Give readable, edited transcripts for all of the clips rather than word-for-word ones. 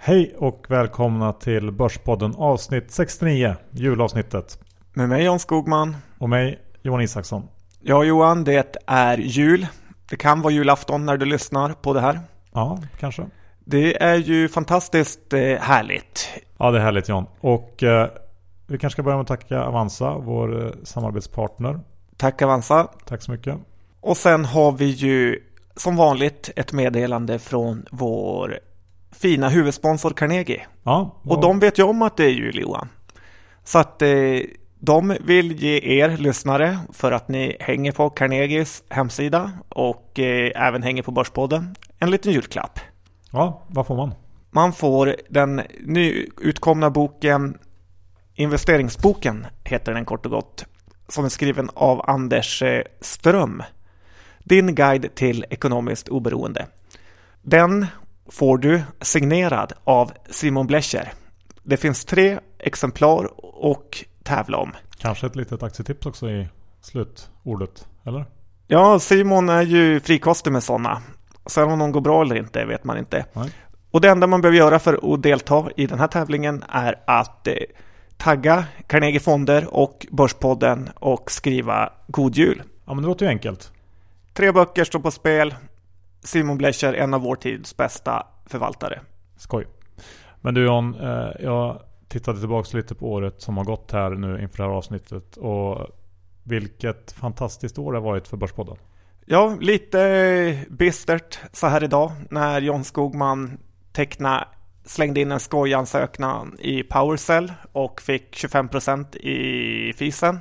Hej och välkomna till Börspodden avsnitt 69, julavsnittet. Med mig Jan Skogman. Och mig Johan Isaksson. Ja Johan, det är jul. Det kan vara julafton när du lyssnar på det här. Ja, kanske. Det är ju fantastiskt härligt. Ja, det är härligt Jan. Och vi kanske ska börja med att tacka Avanza, vår samarbetspartner. Tack Avanza. Tack så mycket. Och sen har vi ju som vanligt ett meddelande från vår fina huvudsponsor Carnegie. Ja, och de vet ju om att det är jul, Johan. Så att de vill ge er lyssnare, för att ni hänger på Carnegies hemsida och även hänger på Börspodden, en liten julklapp. Ja, vad får man? Man får den nyutkomna boken, Investeringsboken heter den kort och gott, som är skriven av Anders Ström. Din guide till ekonomiskt oberoende. Den får du signerad av Simon Blecher. Det finns 3 exemplar och tävla om. Kanske ett litet aktietips också i slutordet, eller? Ja, Simon är ju frikostig med sådana. Sen om de går bra eller inte vet man inte. Nej. Och det enda man behöver göra för att delta i den här tävlingen är att tagga Carnegie Fonder och Börspodden och skriva God Jul. Ja, men det låter ju enkelt. 3 böcker står på spel. Simon Blecher, en av vår tids bästa förvaltare. Skoj. Men du Jan, jag tittade tillbaka lite på året som har gått här nu inför det här avsnittet. Och vilket fantastiskt år det har varit för Börspodden. Ja, lite bistert så här idag när Jon Skogman slängde in en skojansökan i PowerCell och fick 25% i fisen.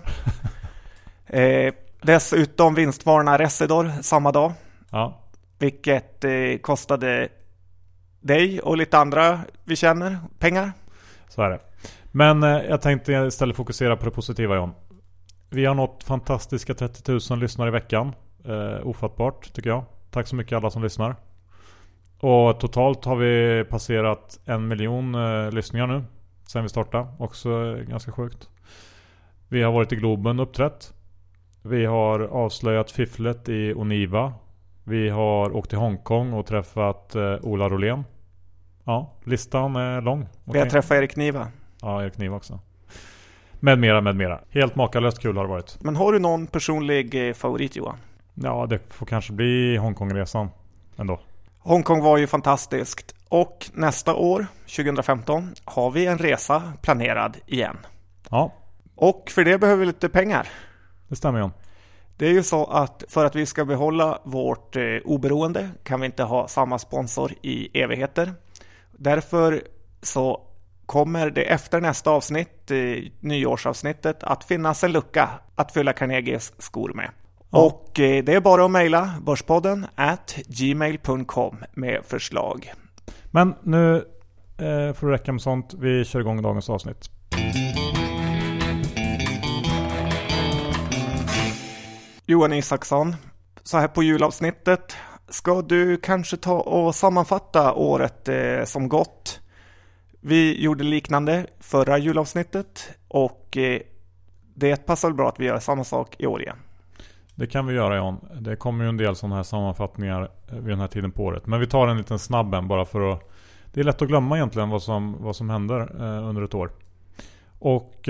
Dessutom vinstvarna Residor samma dag. Ja. Vilket kostade dig och lite andra vi känner pengar. Så är det. Men jag tänkte istället fokusera på det positiva, Jan. Vi har nått fantastiska 30 000 lyssnare i veckan. Ofattbart tycker jag. Tack så mycket alla som lyssnar. Och totalt har vi passerat 1 miljon lyssningar nu sen vi startade. Också ganska sjukt. Vi har varit i Globen uppträtt. Vi har avslöjat fifflet i Oniva. Vi har åkt till Hongkong och träffat Ola Rolén. Ja, listan är lång. Vi har träffat Erik Niva. Ja, Erik Niva också. Med mera. Helt makalöst kul har det varit. Men har du någon personlig favorit, Johan? Ja, det får kanske bli Hongkongresan ändå. Hongkong var ju fantastiskt. Och nästa år, 2015, har vi en resa planerad igen. Ja. Och för det behöver vi lite pengar. Det stämmer, Jan. Det är ju så att för att vi ska behålla vårt oberoende kan vi inte ha samma sponsor i evigheter. Därför så kommer det efter nästa avsnitt, nyårsavsnittet, att finnas en lucka att fylla Carnegies skor med. Ja. Och det är bara att mejla börspodden@gmail.com med förslag. Men nu får det räcka med sånt. Vi kör igång dagens avsnitt. Johan Isaksson, så här på julavsnittet, ska du kanske ta och sammanfatta året som gått? Vi gjorde liknande förra julavsnittet och det passar bra att vi gör samma sak i år igen. Det kan vi göra, Jan. Det kommer ju en del sådana här sammanfattningar vid den här tiden på året. Men vi tar en liten snabb en bara för att... Det är lätt att glömma egentligen vad som händer under ett år. Och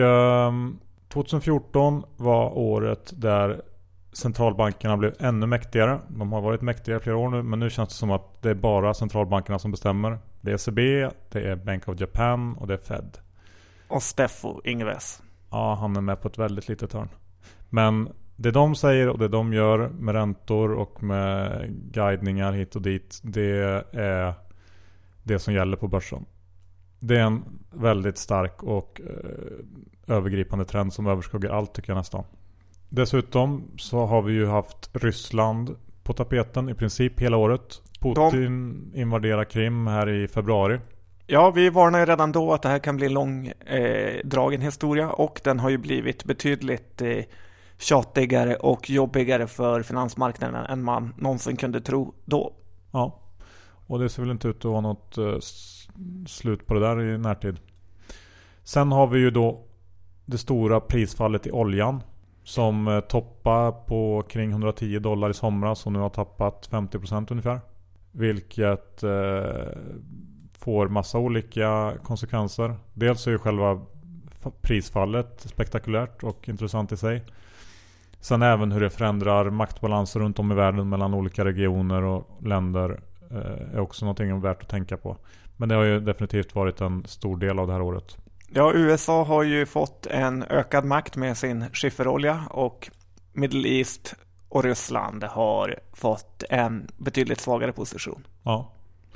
2014 var året där centralbankerna blev ännu mäktigare. De har varit mäktigare i flera år nu, men nu känns det som att det är bara centralbankerna som bestämmer. Det är ECB, det är Bank of Japan och det är Fed. Och Steffo Ingves. Ja, han är med på ett väldigt litet hörn. Men det de säger och det de gör med räntor och med guidningar hit och dit, det är det som gäller på börsen. Det är en väldigt stark och övergripande trend som överskuggar allt, tycker jag nästan. Dessutom så har vi ju haft Ryssland på tapeten i princip hela året. Putin invaderar Krim här i februari. Ja, vi varnar ju redan då att det här kan bli en långdragen historia, och den har ju blivit betydligt tjatigare och jobbigare för finansmarknaden än man någonsin kunde tro då. Ja, och det ser väl inte ut att vara något slut på det där i närtid. Sen har vi ju då det stora prisfallet i oljan som toppar på kring $110 i somras och nu har tappat 50% ungefär. Vilket får massa olika konsekvenser. Dels är ju själva prisfallet spektakulärt och intressant i sig. Sen även hur det förändrar maktbalanser runt om i världen mellan olika regioner och länder är också någonting värt att tänka på. Men det har ju definitivt varit en stor del av det här året. Ja, USA har ju fått en ökad makt med sin skifferolja och Middle East och Ryssland har fått en betydligt svagare position. Ja.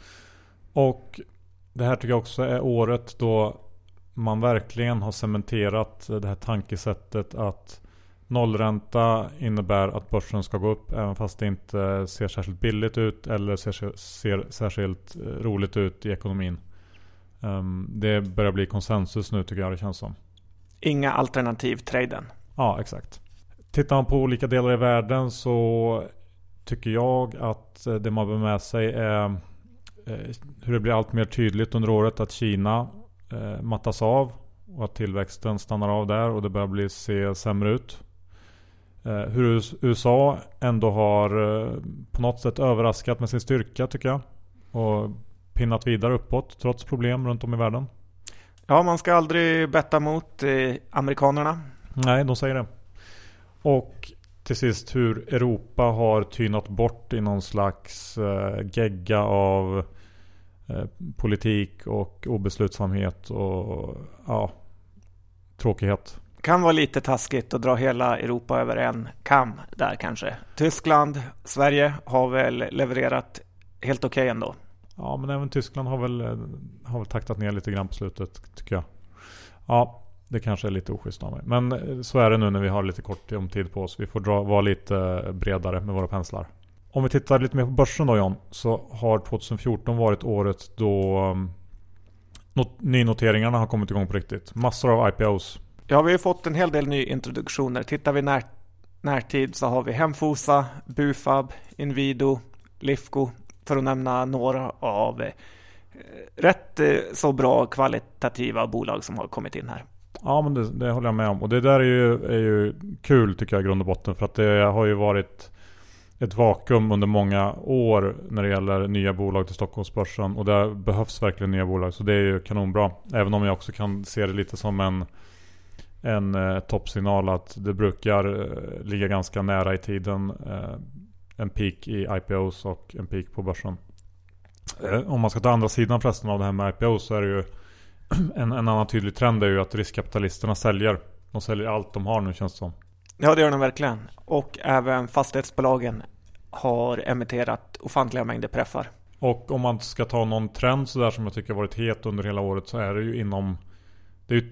Och det här tycker jag också är året då man verkligen har cementerat det här tankesättet att nollränta innebär att börsen ska gå upp även fast det inte ser särskilt billigt ut eller ser särskilt roligt ut i ekonomin. Det börjar bli konsensus nu tycker jag det känns som. Inga alternativ traden. Ja, exakt. Tittar man på olika delar i världen så tycker jag att det man bör med sig är hur det blir allt mer tydligt under året att Kina mattas av och att tillväxten stannar av där och det börjar se sämre ut. Hur USA ändå har på något sätt överraskat med sin styrka tycker jag och pinnat vidare uppåt trots problem runt om i världen. Ja, man ska aldrig betta mot amerikanerna. Nej, de säger det. Och till sist hur Europa har tynat bort i någon slags gegga av politik och obeslutsamhet och tråkighet. Kan vara lite taskigt att dra hela Europa över en kam där kanske. Tyskland, Sverige har väl levererat helt okej ändå. Ja, men även Tyskland har väl taktat ner lite grann på slutet tycker jag. Ja, det kanske är lite oschysst av mig. Men så är det nu när vi har lite kort om tid på oss. Vi får vara lite bredare med våra penslar. Om vi tittar lite mer på börsen då John, så har 2014 varit året då nynoteringarna har kommit igång på riktigt. Massor av IPOs. Ja, vi har fått en hel del nyintroduktioner. Tittar vi närtid så har vi Hemfosa, Bufab, Inwido, Lifco för att nämna några av rätt så bra kvalitativa bolag som har kommit in här. Ja, men det håller jag med om. Och det där är ju kul tycker jag i grund och botten för att det har ju varit ett vakuum under många år när det gäller nya bolag till Stockholmsbörsen och där behövs verkligen nya bolag så det är ju kanonbra. Även om jag också kan se det lite som en toppsignal att det brukar ligga ganska nära i tiden en peak i IPOs och en peak på börsen. Om man ska ta andra sidan förresten av det här med IPOs så är det ju en annan tydlig trend är ju att riskkapitalisterna säljer. De säljer allt de har nu känns det som. Ja, det gör de verkligen. Och även fastighetsbolagen har emitterat ofantliga mängder preffar. Och om man ska ta någon trend så där som jag tycker har varit het under hela året så är det ju det är ju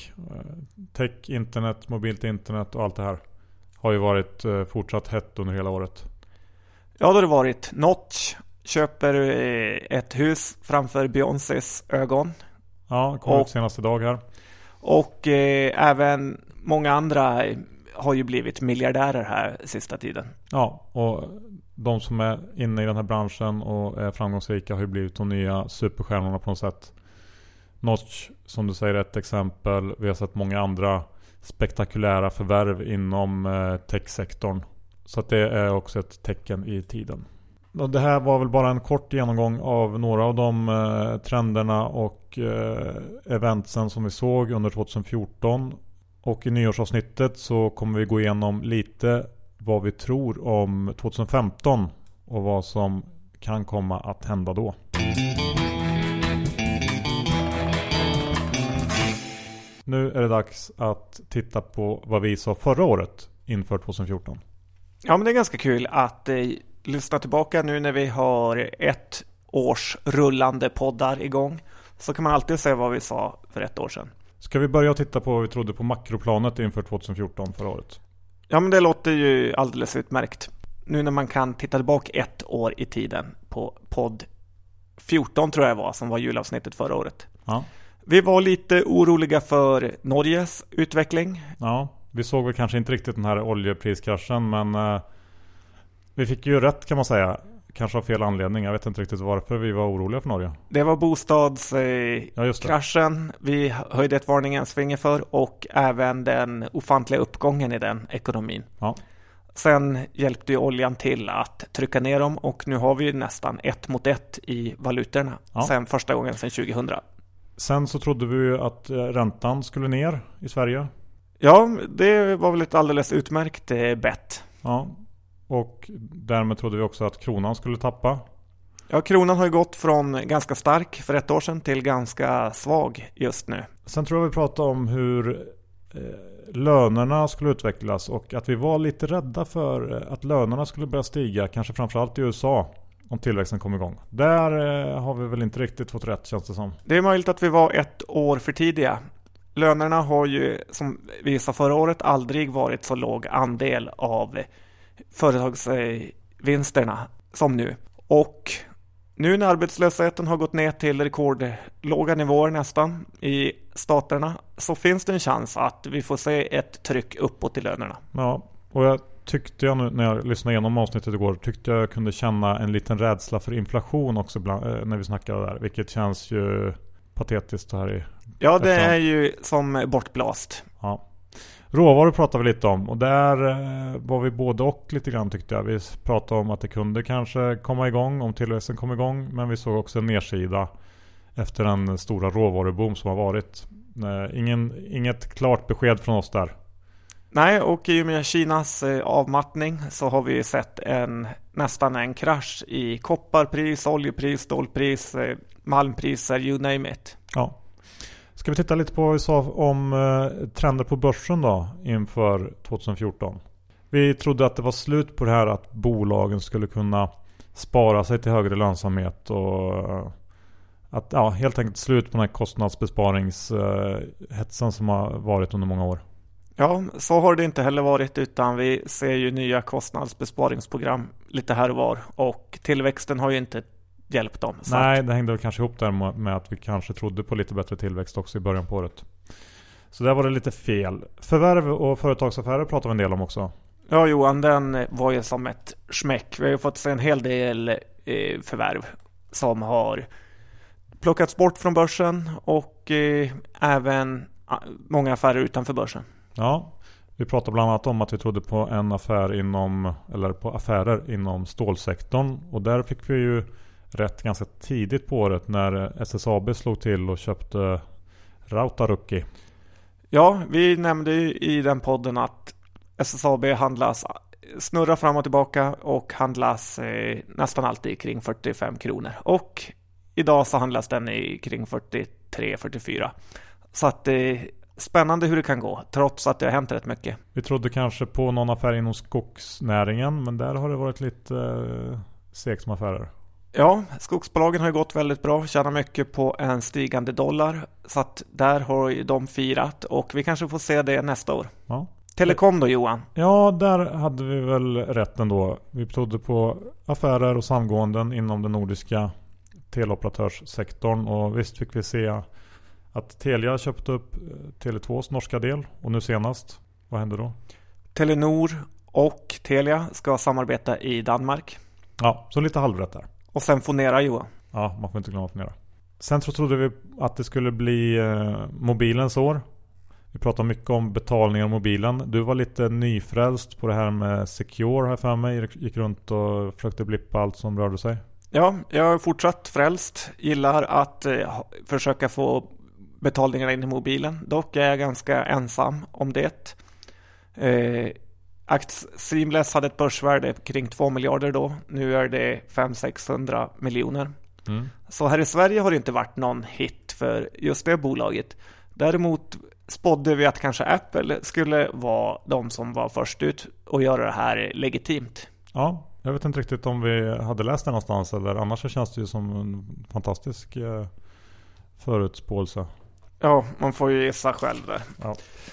tech, internet, mobilt internet och allt det här har ju varit fortsatt hett under hela året. Ja, då har det varit Notch köper ett hus framför Beyoncés ögon. Ja, kom ut senaste dag här. Och även många andra har ju blivit miljardärer här sista tiden. Ja, och de som är inne i den här branschen och är framgångsrika har ju blivit de nya superstjärnorna på något sätt. Notch, som du säger, är ett exempel. Vi har sett många andra spektakulära förvärv inom techsektorn. Så att det är också ett tecken i tiden. Och det här var väl bara en kort genomgång av några av de trenderna och eventsen som vi såg under 2014. Och i nyårsavsnittet så kommer vi gå igenom lite vad vi tror om 2015 och vad som kan komma att hända då. Nu är det dags att titta på vad vi sa förra året inför 2014. Ja, men det är ganska kul att lyssna tillbaka nu när vi har ett års rullande poddar igång. Så kan man alltid säga vad vi sa för ett år sedan. Ska vi börja titta på vad vi trodde på makroplanet inför 2014 förra året? Ja, men det låter ju alldeles utmärkt. Nu när man kan titta tillbaka ett år i tiden på podd 14 tror jag var som var julavsnittet förra året. Ja. Vi var lite oroliga för Norges utveckling. Ja, vi såg väl kanske inte riktigt den här oljepriskraschen men vi fick ju rätt kan man säga. Kanske av fel anledning. Jag vet inte riktigt varför vi var oroliga för Norge. Det var bostadskraschen vi höjde ett varningens finger för och även den ofantliga uppgången i den ekonomin. Ja. Sen hjälpte ju oljan till att trycka ner dem och nu har vi nästan 1-1 i valutorna sen första gången sedan 2000. Sen så trodde vi ju att räntan skulle ner i Sverige. Ja, det var väl ett alldeles utmärkt bett. Ja, och därmed trodde vi också att kronan skulle tappa. Ja, kronan har ju gått från ganska stark för 1 år sedan till ganska svag just nu. Sen tror jag vi pratade om hur lönerna skulle utvecklas och att vi var lite rädda för att lönerna skulle börja stiga, kanske framförallt i USA, om tillväxten kom igång. Där har vi väl inte riktigt fått rätt, känns det som. Det är möjligt att vi var 1 år för tidiga. Lönerna har ju, som vi sa förra året, aldrig varit så låg andel av företagsvinsterna som nu. Och nu när arbetslösheten har gått ner till rekordlåga nivåer nästan i staterna så finns det en chans att vi får se ett tryck uppåt i lönerna. Ja, och jag tyckte nu när jag lyssnade igenom avsnittet igår tyckte jag kunde känna en liten rädsla för inflation också när vi snackade där. Vilket känns ju patetiskt här i. Ja, det är ju som bortblast. Ja. Råvaror pratade vi lite om och där var vi både och lite grann tyckte jag. Vi pratade om att det kunde kanske komma igång om tillväxten kom igång, men vi såg också en nedsida efter den stora råvaruboom som har varit. Inget klart besked från oss där. Nej, och i och med Kinas avmattning så har vi sett nästan en krasch i kopparpris, oljepris, stålpris, malmpriser, you name it. Ja. Ska vi titta lite på vad vi sa om trender på börsen då inför 2014? Vi trodde att det var slut på det här att bolagen skulle kunna spara sig till högre lönsamhet och att helt enkelt slut på den här kostnadsbesparingshetsen som har varit under många år. Ja, så har det inte heller varit, utan vi ser ju nya kostnadsbesparingsprogram lite här och var och tillväxten har ju inte hjälpt dem. Nej, det hängde väl kanske ihop där med att vi kanske trodde på lite bättre tillväxt också i början på året. Så där var det lite fel. Förvärv och företagsaffärer pratar vi en del om också. Ja, Johan, den var ju som ett smäck. Vi har ju fått se en hel del förvärv som har plockats bort från börsen och även många affärer utanför börsen. Ja, vi pratade bland annat om att vi trodde på en affär på affärer inom stålsektorn och där fick vi ju rätt ganska tidigt på året när SSAB slog till och köpte Rautaruukki. Ja, vi nämnde i den podden att SSAB snurrar fram och tillbaka och handlas nästan alltid kring 45 kronor. Och idag så handlas den kring 43-44. Så att spännande hur det kan gå, trots att det har hänt rätt mycket. Vi trodde kanske på någon affär inom skogsnäringen, men där har det varit lite segt som affärer. Ja, skogsbolagen har ju gått väldigt bra, tjänar mycket på en stigande dollar. Så att där har ju de firat och vi kanske får se det nästa år. Ja. Telekom då, Johan? Ja, där hade vi väl rätt ändå. Vi trodde på affärer och samgåenden inom den nordiska teleoperatörssektorn och visst fick vi se att Telia köpte upp Tele2s norska del och nu senast, vad hände då? Telenor och Telia ska samarbeta i Danmark. Ja, så lite halvrätt där. Och sen Fonera, Johan. Ja, man får inte glömma Fonera. Sen så trodde vi att det skulle bli mobilens år. Vi pratade mycket om betalningar av mobilen. Du var lite nyfrälst på det här med Secure här för mig. Gick runt och försökte blippa allt som rörde sig. Ja, jag är fortsatt frälst. Gillar att försöka få betalningarna in i mobilen. Dock är jag ganska ensam om det. Seamless hade ett börsvärde kring 2 miljarder då. Nu är det 500-600 miljoner. Så här i Sverige har det inte varit någon hit för just det bolaget. Däremot spådde vi att kanske Apple skulle vara de som var först ut och göra det här legitimt. Ja, jag vet inte riktigt om vi hade läst det någonstans eller annars så känns det ju som en fantastisk förutspåelse. Ja, man får ju gissa själv där. Ja.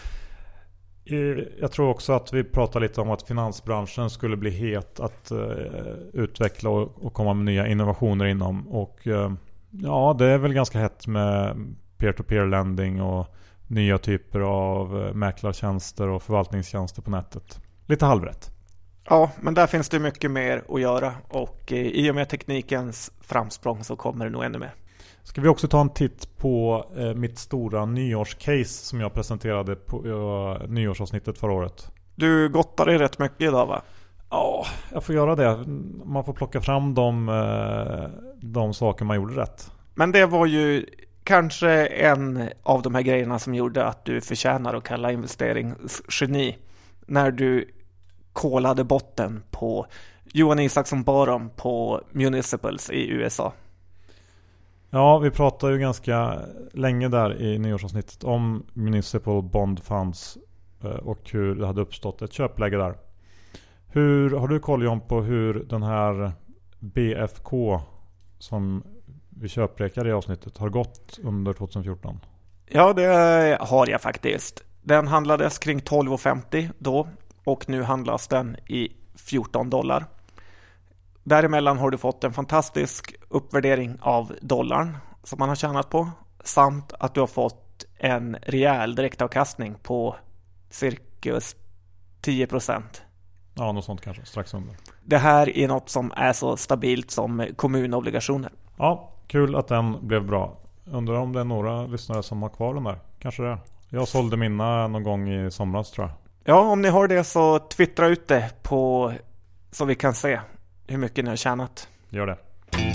Jag tror också att vi pratar lite om att finansbranschen skulle bli het att utveckla och komma med nya innovationer inom. Och ja, det är väl ganska hett med peer-to-peer lending och nya typer av mäklartjänster och förvaltningstjänster på nätet. Lite halvrätt. Ja, men där finns det mycket mer att göra och i och med teknikens framsprång så kommer det nog ännu mer. Ska vi också ta en titt på mitt stora nyårscase som jag presenterade på nyårsavsnittet förra året. Du gottar dig rätt mycket idag, va? Ja, jag får göra det. Man får plocka fram de saker man gjorde rätt. Men det var ju kanske en av de här grejerna som gjorde att du förtjänar att kalla investeringsgeni. När du kolade botten på Johan Isaksson Baron på Municipals i USA. Ja, vi pratade ju ganska länge där i nyårsavsnittet om Municipal Bond Funds och hur det hade uppstått ett köpläge där. Har du koll, John, på hur den här BFK som vi köprekade i avsnittet har gått under 2014? Ja, det har jag faktiskt. Den handlades kring 12,50 då och nu handlas den i $14. Däremellan har du fått en fantastisk uppvärdering av dollarn som man har tjänat på, samt att du har fått en rejäl direktavkastning på cirkus 10%. Ja, något sånt kanske, strax under. Det här är något som är så stabilt som kommunobligationer. Ja, kul att den blev bra. Undrar om det är några lyssnare som har kvar den där. Kanske det. Jag sålde mina någon gång i somras, tror jag. Ja, om ni har det så twittra ut det på så vi kan se hur mycket ni har tjänat. Gör det.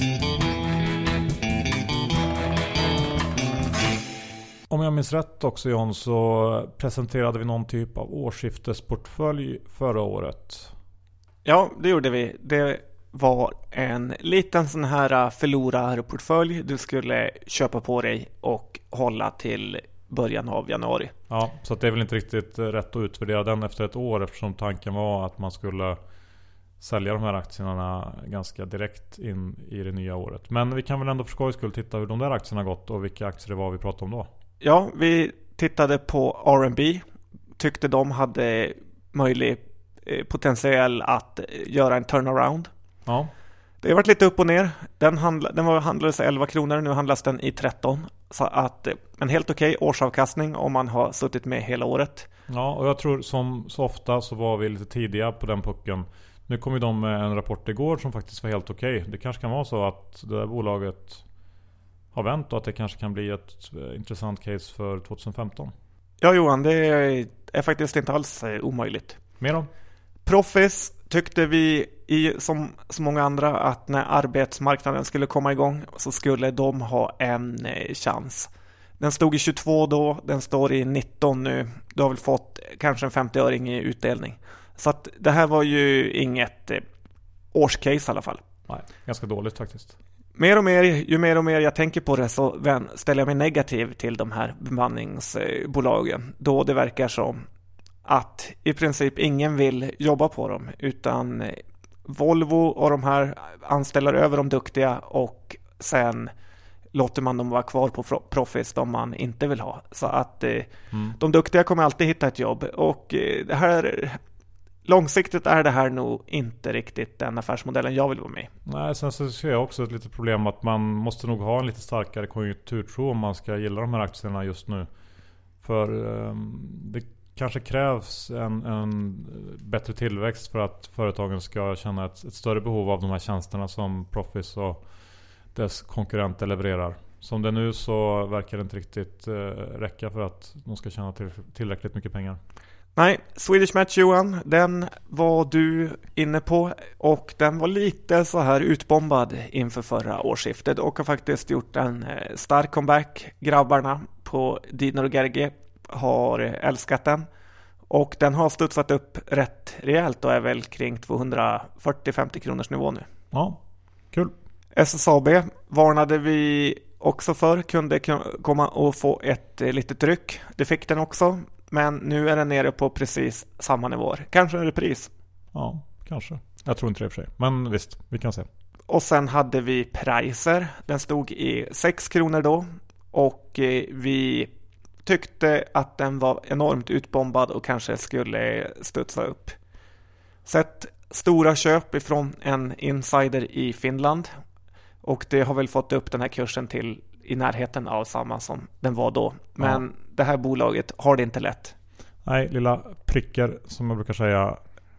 Om jag minns rätt också, John, så presenterade vi någon typ av årsskiftesportfölj förra året. Ja, det gjorde vi. Det var en liten sån här förlorarportfölj du skulle köpa på dig och hålla till början av januari. Ja, så att det är väl inte riktigt rätt att utvärdera den efter ett år, eftersom tanken var att man skulle sälja de här aktierna ganska direkt in i det nya året. Men vi kan väl ändå för skojs skull titta hur de där aktierna gått och vilka aktier det var vi pratade om då. Ja, vi tittade på R&B. Tyckte de hade möjlig potential att göra en turnaround. Ja. Det har varit lite upp och ner. Den handlades 11 kronor, nu handlas den i 13. Så att en helt okej årsavkastning om man har suttit med hela året. Ja, och jag tror som så ofta så var vi lite tidiga på den pucken. Nu kom ju de med en rapport igår som faktiskt var helt okej. Det kanske kan vara så att det där bolaget har vänt och att det kanske kan bli ett intressant case för 2015. Ja, Johan, det är faktiskt inte alls omöjligt. Mer då? Proffice tyckte vi som så många andra att när arbetsmarknaden skulle komma igång så skulle de ha en chans. Den stod i 22 då, den står i 19 nu. Du har väl fått kanske en 50-öring i utdelning. Så att det här var ju inget årscase i alla fall. Nej, ganska dåligt faktiskt. Ju mer och mer jag tänker på det så ställer jag mig negativ till de här bemanningsbolagen. Då det verkar som att i princip ingen vill jobba på dem, utan Volvo och de här anställer över de duktiga och sen låter man dem vara kvar på Proffice de man inte vill ha. Så att de duktiga kommer alltid hitta ett jobb och det här långsiktigt är det här nog inte riktigt den affärsmodellen jag vill vara med. Nej, sen så ser jag också ett litet problem att man måste nog ha en lite starkare konjunkturtro om man ska gilla de här aktierna just nu. För det kanske krävs en bättre tillväxt för att företagen ska känna ett större behov av de här tjänsterna som Proffice och dess konkurrenter levererar. Som det nu så verkar det inte riktigt räcka för att de ska tjäna tillräckligt mycket pengar. Nej, Swedish Match, Johan, den var du inne på och den var lite så här utbombad inför förra årsskiftet och har faktiskt gjort en stark comeback. Grabbarna på Dino och Gerge har älskat den och den har studsat upp rätt rejält och är väl kring 240-50 kronors nivå nu. Ja, kul. SSAB varnade vi också för, kunde komma och få ett litet ryck. Det fick den också. Men nu är den nere på precis samma nivåer. Kanske en repris. Ja, kanske. Jag tror inte det i och för sig. Men visst, vi kan se. Och sen hade vi Pricer. Den stod i 6 kronor då. Och vi tyckte att den var enormt utbombad och kanske skulle studsa upp. Sett stora köp ifrån en insider i Finland. Och det har väl fått upp den här kursen till i närheten av samma som den var då. Men det här bolaget har det inte lätt. Nej, lilla prickar som jag brukar säga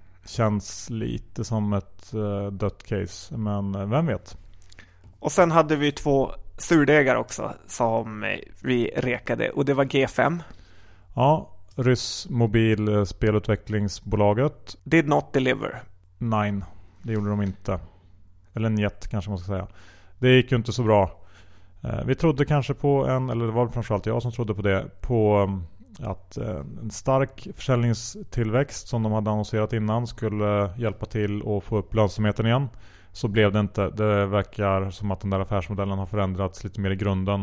känns lite som ett dött case. Men vem vet? Och sen hade vi 2 surdegar också som vi rekade. Och det var G5. Ja, Mobil spelutvecklingsbolaget. Did not deliver. Nej, det gjorde de inte. Eller njet kanske man ska säga. Det gick ju inte så bra. Vi trodde kanske på eller det var framförallt jag som trodde på det, på att en stark försäljningstillväxt som de hade annonserat innan skulle hjälpa till att få upp lönsamheten igen. Så blev det inte. Det verkar som att den där affärsmodellen har förändrats lite mer i grunden.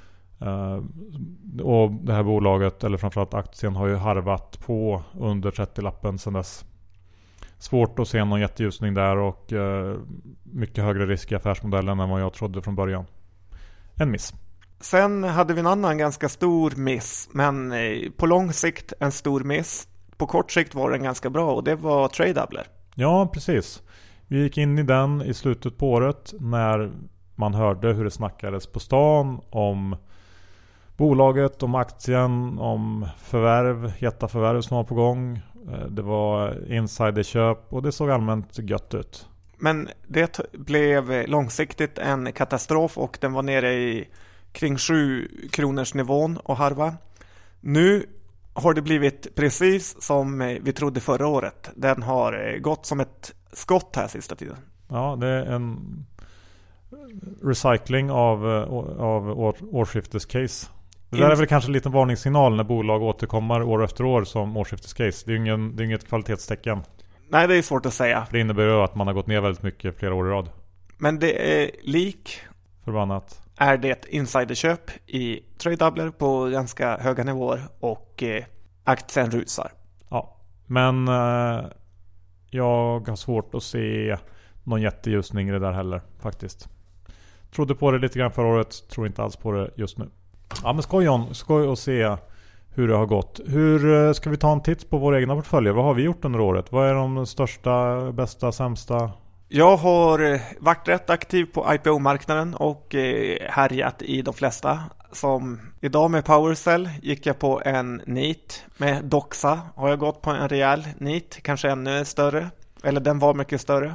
Och det här bolaget, eller framförallt aktien, har ju harvat på under 30-lappen sedan dess. Svårt att se någon jätteljusning där och mycket högre risk i affärsmodellen än vad jag trodde från början. En miss. Sen hade vi en annan ganska stor miss, men på lång sikt en stor miss. På kort sikt var den ganska bra och det var Tradedoubler. Ja, precis. Vi gick in i den i slutet på året när man hörde hur det snackades på stan om bolaget, om aktien, om jätteförvärv som var på gång. Det var insiderköp och det såg allmänt gött ut. Men det blev långsiktigt en katastrof och den var nere i kring 7 kronors nivån och harva. Nu har det blivit precis som vi trodde förra året. Den har gått som ett skott här sista tiden. Ja, det är en recycling av årsskiftescase. Det där är väl kanske en liten varningssignal när bolag återkommer år efter år som årsskiftescase. Det är inget kvalitetstecken. Nej, det är svårt att säga. Det innebär ju att man har gått ner väldigt mycket flera år i rad. Men det är förbannat. Är det ett insiderköp i Tradedoubler på ganska höga nivåer och aktien rusar. Ja, men jag har svårt att se någon jätteljusning i det där heller faktiskt. Trodde på det lite grann förra året, tror inte alls på det just nu. Ja, men skoj att se hur det har gått. Hur ska vi ta en titt på våra egna portföljer? Vad har vi gjort under året? Vad är de största, bästa, sämsta? Jag har varit rätt aktiv på IPO-marknaden och härjat i de flesta. Som idag med PowerCell gick jag på en NIT. Med Doxa har jag gått på en rejäl NIT, kanske ännu större. Eller den var mycket större.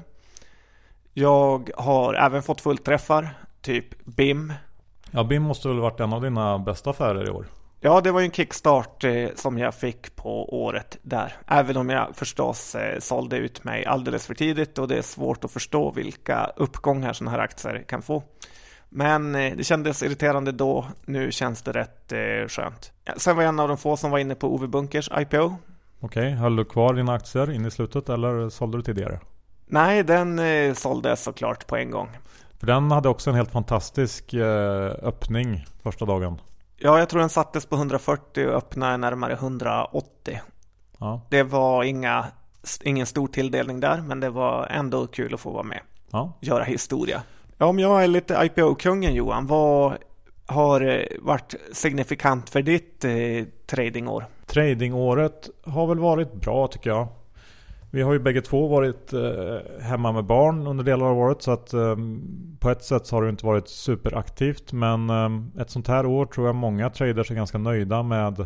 Jag har även fått fullträffar, typ BIM. Ja, BIM måste väl varit en av dina bästa affärer i år. Ja, det var ju en kickstart som jag fick på året där. Även om jag förstås sålde ut mig alldeles för tidigt och det är svårt att förstå vilka uppgångar sådana här aktier kan få. Men det kändes irriterande då, nu känns det rätt skönt. Sen var jag en av de få som var inne på Ove Bunkers IPO. Okej, höll du kvar dina aktier in i slutet eller sålde du tidigare? Nej, den sålde såklart på en gång. För den hade också en helt fantastisk öppning första dagen. Ja, jag tror den sattes på 140 och öppnade närmare 180. Ja. Det var ingen stor tilldelning där, men det var ändå kul att få vara med. Ja. Göra historia. Ja, om jag är lite IPO-kungen, Johan, vad har varit signifikant för ditt tradingår? Tradingåret har väl varit bra tycker jag. Vi har ju bägge två varit hemma med barn under delar av året så att på ett sätt så har det inte varit superaktivt, men ett sånt här år tror jag många traders är ganska nöjda med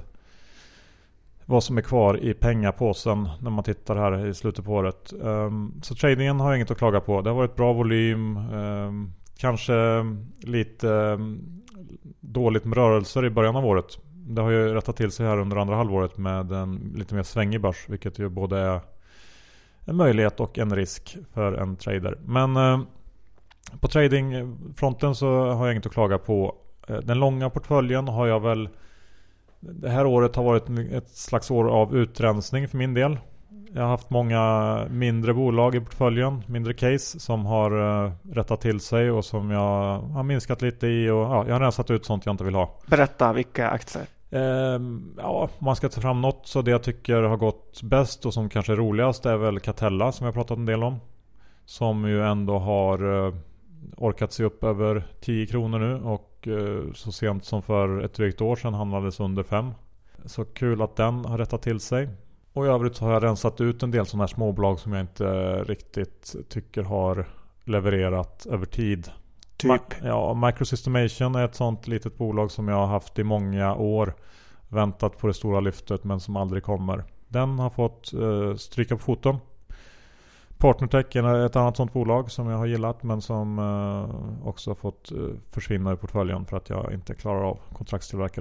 vad som är kvar i pengapåsen när man tittar här i slutet på året. Så tradingen har jag inget att klaga på. Det har varit bra volym, kanske lite dåligt med rörelser i början av året. Det har ju rättat till sig här under andra halvåret med en lite mer svängig börs, vilket ju både är en möjlighet och en risk för en trader. Men på tradingfronten så har jag inget att klaga på. Den långa portföljen har jag väl... Det här året har varit ett slags år av utrensning för min del. Jag har haft många mindre bolag i portföljen, mindre case som har rättat till sig och som jag har minskat lite i och jag har rensat ut sånt jag inte vill ha. Berätta, vilka aktier? Ja, man ska ta fram något, så det jag tycker har gått bäst och som kanske är roligast är väl Catella som jag pratat en del om. Som ju ändå har orkat sig upp över 10 kronor nu och så sent som för ett drygt år sedan handlades under 5. Så kul att den har rättat till sig. Och i övrigt har jag rensat ut en del sådana här småbolag som jag inte riktigt tycker har levererat över tid. Typ? Microsystemation är ett sånt litet bolag som jag har haft i många år. Väntat på det stora lyftet men som aldrig kommer. Den har fått stryka på foten. Partnertech är ett annat sånt bolag som jag har gillat men som också har fått försvinna i portföljen för att jag inte klarar av kontraktstillverkare längre.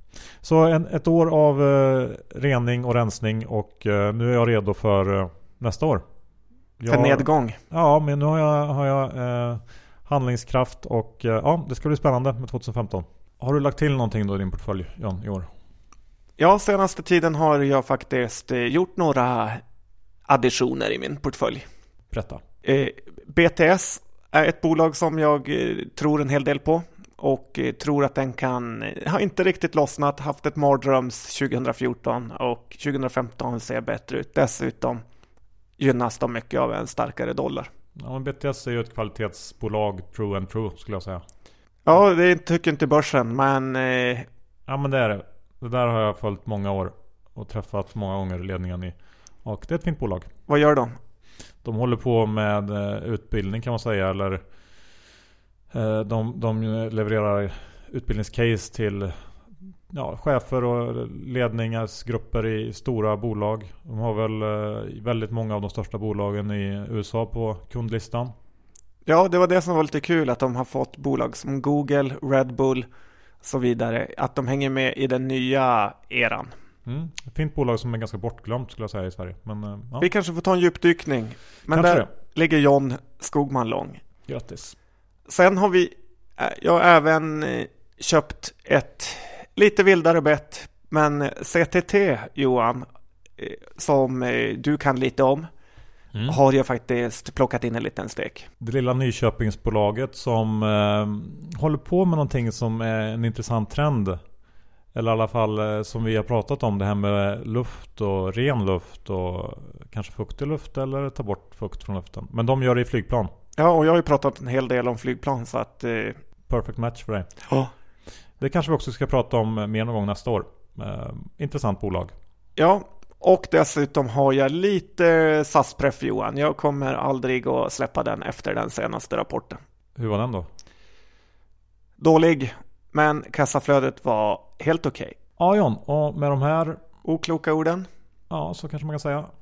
Så ett år av rening och rensning och nu är jag redo för nästa år. För nedgång? Ja, men nu har jag handlingskraft och ja, det ska bli spännande med 2015. Har du lagt till någonting då i din portfölj, Jan, i år? Ja, senaste tiden har jag faktiskt gjort några additioner i min portfölj. Berätta. BTS är ett bolag som jag tror en hel del på och tror att den har inte riktigt lossnat, haft ett mardröms 2014 och 2015 ser bättre ut. Dessutom gynnas de mycket av en starkare dollar. Ja, men BTS är ju ett kvalitetsbolag, true and true skulle jag säga. Ja, det tycker inte börsen, men... Ja, men det är det. Det där har jag följt många år och träffat många gånger i ledningen i. Och det är ett fint bolag. Vad gör de? De håller på med utbildning kan man säga. Eller de levererar utbildningscase till chefer och ledningsgrupper i stora bolag. De har väl väldigt många av de största bolagen i USA på kundlistan. Ja, det var det som var lite kul, att de har fått bolag som Google, Red Bull och så vidare. Att de hänger med i den nya eran. Ett fint bolag som är ganska bortglömt skulle jag säga i Sverige. Men, ja. Vi kanske får ta en djupdykning. Men kanske där ligger John Skogman lång. Grattis. Sen har jag även köpt ett lite vildare bett, men CTT, Johan, som du kan lite om, har jag faktiskt plockat in en liten stek. Det lilla Nyköpingsbolaget som håller på med någonting som är en intressant trend. Eller i alla fall som vi har pratat om, det här med luft och ren luft och kanske fuktig luft eller ta bort fukt från luften. Men de gör det i flygplan. Ja, och jag har ju pratat en hel del om flygplan så att... Perfect match för dig. Ja. Det kanske vi också ska prata om mer någon gång nästa år. Intressant bolag. Ja, och dessutom har jag lite SAS-preff, Johan. Jag kommer aldrig att släppa den efter den senaste rapporten. Hur var den då? Dålig, men kassaflödet var helt okej. Ja, John, och med de här okloka orden, ja, så kanske man kan säga,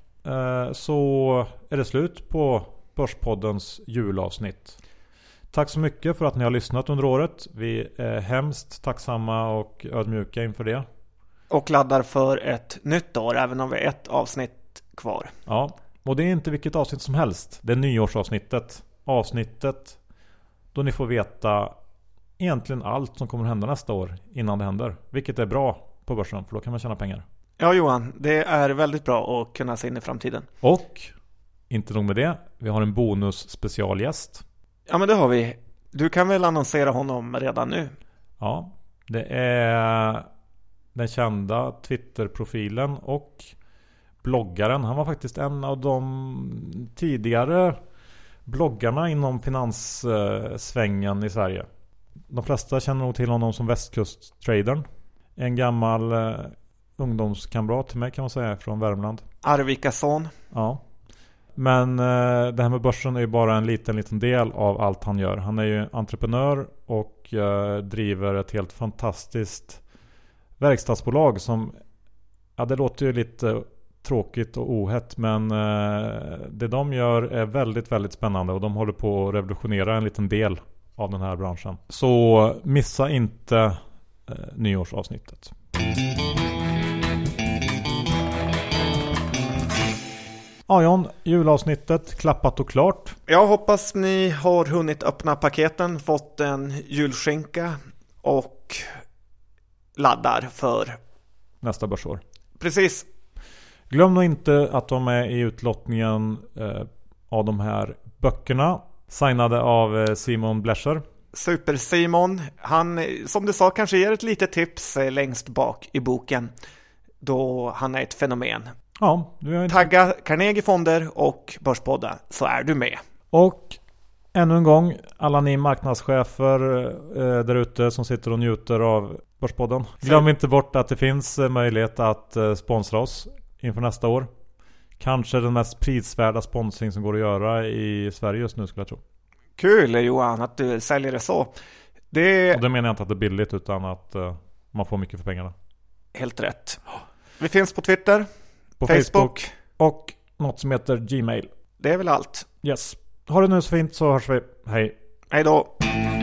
så är det slut på Börspoddens julavsnitt. Tack så mycket för att ni har lyssnat under året. Vi är hemskt tacksamma och ödmjuka inför det. Och laddar för ett nytt år, även om vi är ett avsnitt kvar. Ja, och det är inte vilket avsnitt som helst. Det är nyårsavsnittet. Avsnittet då ni får veta egentligen allt som kommer att hända nästa år innan det händer. Vilket är bra på börsen, för då kan man tjäna pengar. Ja, Johan, det är väldigt bra att kunna se in i framtiden. Och inte nog med det, vi har en bonus specialgäst. Ja, men det har vi. Du kan väl annonsera honom redan nu? Ja, det är den kända Twitter-profilen och bloggaren. Han var faktiskt en av de tidigare bloggarna inom finanssvängen i Sverige. De flesta känner nog till honom som västkusttradern. En gammal ungdomskamrat till mig kan man säga, från Värmland. Arvikason. Ja. Men det här med börsen är ju bara en liten del av allt han gör. Han är ju entreprenör och driver ett helt fantastiskt verkstadsbolag som, ja, det låter ju lite tråkigt och ohett, men det de gör är väldigt, väldigt spännande och de håller på att revolutionera en liten del av den här branschen. Så missa inte nyårsavsnittet. Ja, John, julavsnittet klappat och klart. Jag hoppas ni har hunnit öppna paketen, fått en julskinka och laddar för nästa börsår. Precis. Glöm nog inte att de är i utlottningen av de här böckerna signade av Simon Blecher. Super Simon. Han, som du sa, kanske ger ett litet tips längst bak i boken då han är ett fenomen. Ja, tagga Carnegie Fonder och Börspodden så är du med. Och ännu en gång, alla ni marknadschefer där ute som sitter och njuter av Börspodden. Glöm inte bort att det finns möjlighet att sponsra oss inför nästa år. Kanske den mest prisvärda sponsring som går att göra i Sverige just nu, skulle jag tro. Kul, Johan, att du säljer det så. Och det menar jag inte att det är billigt, utan att man får mycket för pengarna. Helt rätt. Vi finns på Twitter, på Facebook och något som heter Gmail. Det är väl allt. Yes. Ha det nu så fint, så hörs vi. Hej. Hej då.